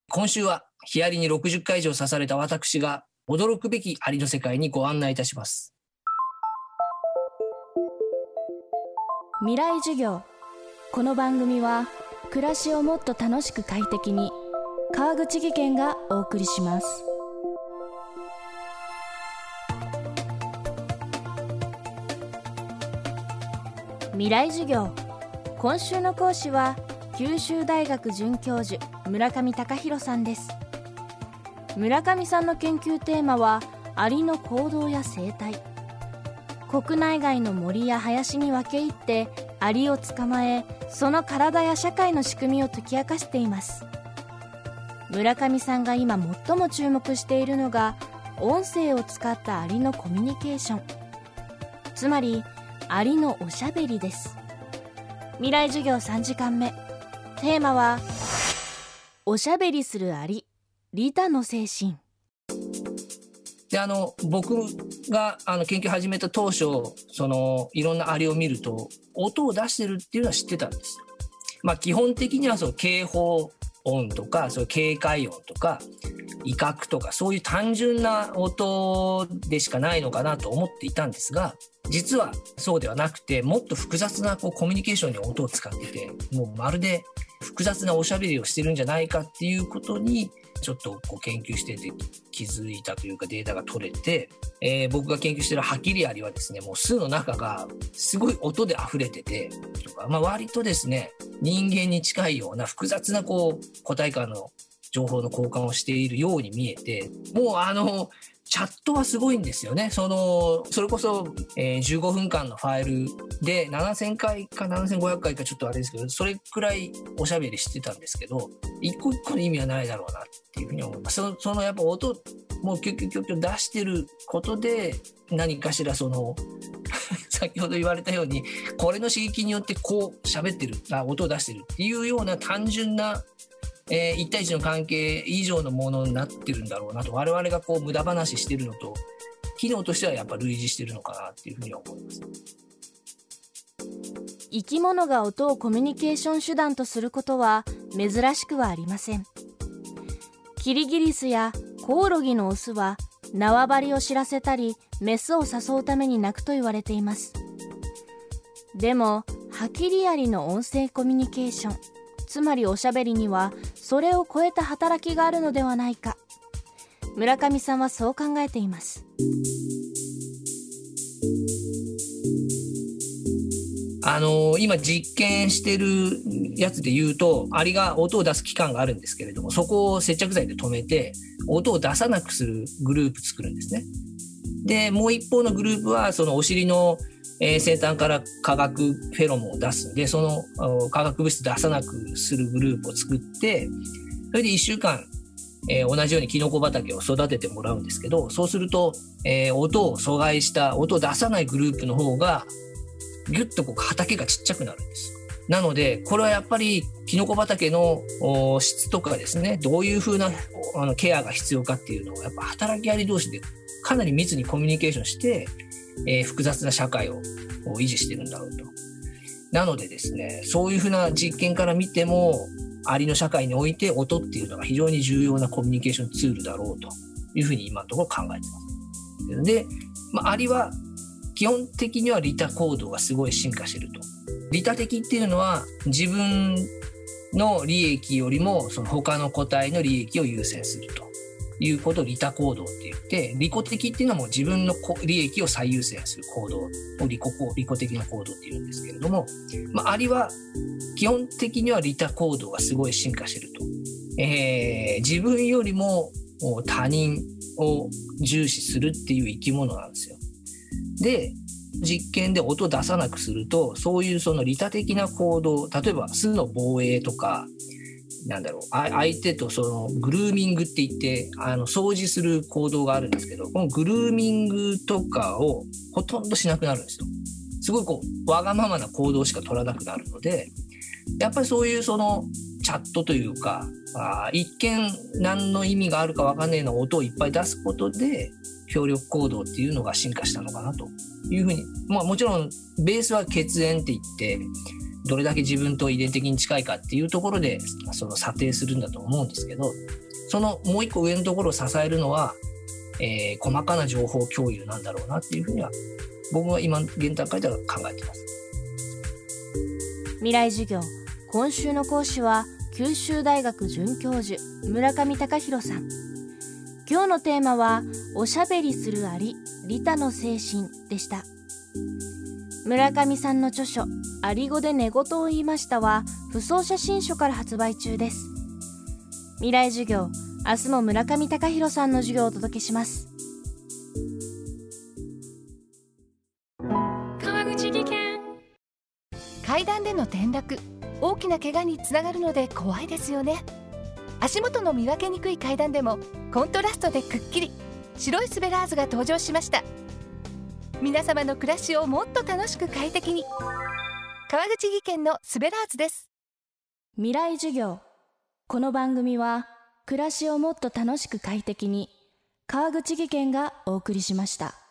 今週はヒアリに60回以上刺された私が驚くべきアリの世界にご案内いたします。 未来授業。この番組は暮らしをもっと楽しく快適に、川口義賢がお送りします。未来授業。今週の講師は九州大学准教授村上隆弘さんです。村上さんの研究テーマはアリの行動や生態。国内外の森や林に分け入ってアリを捕まえ、その体や社会の仕組みを解き明かしています。村上さんが今最も注目しているのが音声を使ったアリのコミュニケーション、つまりアリのおしゃべりです。未来授業3時間目、テーマはおしゃべりするアリ、利他の精神で、僕が研究始めた当初、いろんなアリを見ると音を出してるっていうのは知ってたんです。基本的には警報音とか警戒音とか威嚇とか、そういう単純な音でしかないのかなと思っていたんですが、実はそうではなくて、もっと複雑なコミュニケーションに音を使ってて、もうまるで複雑なおしゃべりをしてるんじゃないかっていうことにちょっと研究してて気づいたというか、データが取れて、僕が研究しているハキリアリはですね、もう巣の中がすごい音で溢れててとか、割とですね、人間に近いような複雑な個体間の情報の交換をしているように見えて、もうチャットはすごいんですよね。それこそ、15分間のファイルで7000回か7500回かちょっとあれですけど、それくらいおしゃべりしてたんですけど、一個一個の意味はないだろうなっていうふうに思います。やっぱ音もうキュッキュッキュッキュッ出してることで、何かしら先ほど言われたように、これの刺激によって喋ってる、音を出してるっていうような単純な1対1の関係以上のものになってるんだろうなと、我々が無駄話してるのと機能としてはやっぱ類似してるのかなっていうふうには思います。 生き物が音をコミュニケーション手段とすることは珍しくはありません。キリギリスやコオロギのオスは縄張りを知らせたりメスを誘うために鳴くと言われています。でもハキリアリの音声コミュニケーション、つまりおしゃべりにはそれを超えた働きがあるのではないか。村上さんはそう考えています。 今実験してるやつで言うと、アリが音を出す器官があるんですけれども、そこを接着剤で留めて音を出さなくするグループ作るんですね。で、もう一方のグループはお尻の先端から化学フェロモンを出すんで、その化学物質出さなくするグループを作って、それで1週間、同じようにキノコ畑を育ててもらうんですけど、そうすると、音を阻害した音を出さないグループの方がギュッと畑がちっちゃくなるんです。なのでこれはやっぱりキノコ畑の質とかですね、どういう風なケアが必要かっていうのをやっぱ働きアリ同士でかなり密にコミュニケーションして、複雑な社会を維持してるんだろうと。なのでですね、そういうふうな実験から見ても、アリの社会において音っていうのが非常に重要なコミュニケーションツールだろうというふうに今のところ考えてます。で、アリは基本的には利他行動がすごい進化してると。利他的っていうのは自分の利益よりも他の個体の利益を優先するということを利他行動って言って、利己的っていうのはもう自分の利益を最優先する行動を利己的な行動って言うんですけれども、アリは基本的には利他行動がすごい進化してると。自分よりも他人を重視するっていう生き物なんですよ。で、実験で音出さなくすると、そういう利他的な行動、例えば巣の防衛とか、相手とグルーミングって言って掃除する行動があるんですけど、このグルーミングとかをほとんどしなくなるんですよ。すごいわがままな行動しか取らなくなるので、やっぱりそういうチャットというか、一見何の意味があるか分かんないような音をいっぱい出すことで協力行動っていうのが進化したのかなというふうに、もちろんベースは血縁って言ってどれだけ自分と遺伝的に近いかっていうところでその査定するんだと思うんですけど、そのもう一個上のところを支えるのは、細かな情報共有なんだろうなっていうふうには僕は今現段階では考えています。 未来授業、今週の講師は九州大学准教授村上隆弘さん。今日のテーマはおしゃべりするアリ、利他の精神でした。村上さんの著書アリ語で寝言を言いましたは不走写真書から発売中です。未来授業、明日も村上隆弘さんの授業をお届けします。 川口技研。階段での転落、大きな怪我につながるので怖いですよね。足元の見分けにくい階段でもコントラストでくっきり白いスベラーズが登場しました。皆様の暮らしをもっと楽しく快適に、川口技研のスベラーズです。 未来授業、この番組は暮らしをもっと楽しく快適に、川口技研がお送りしました。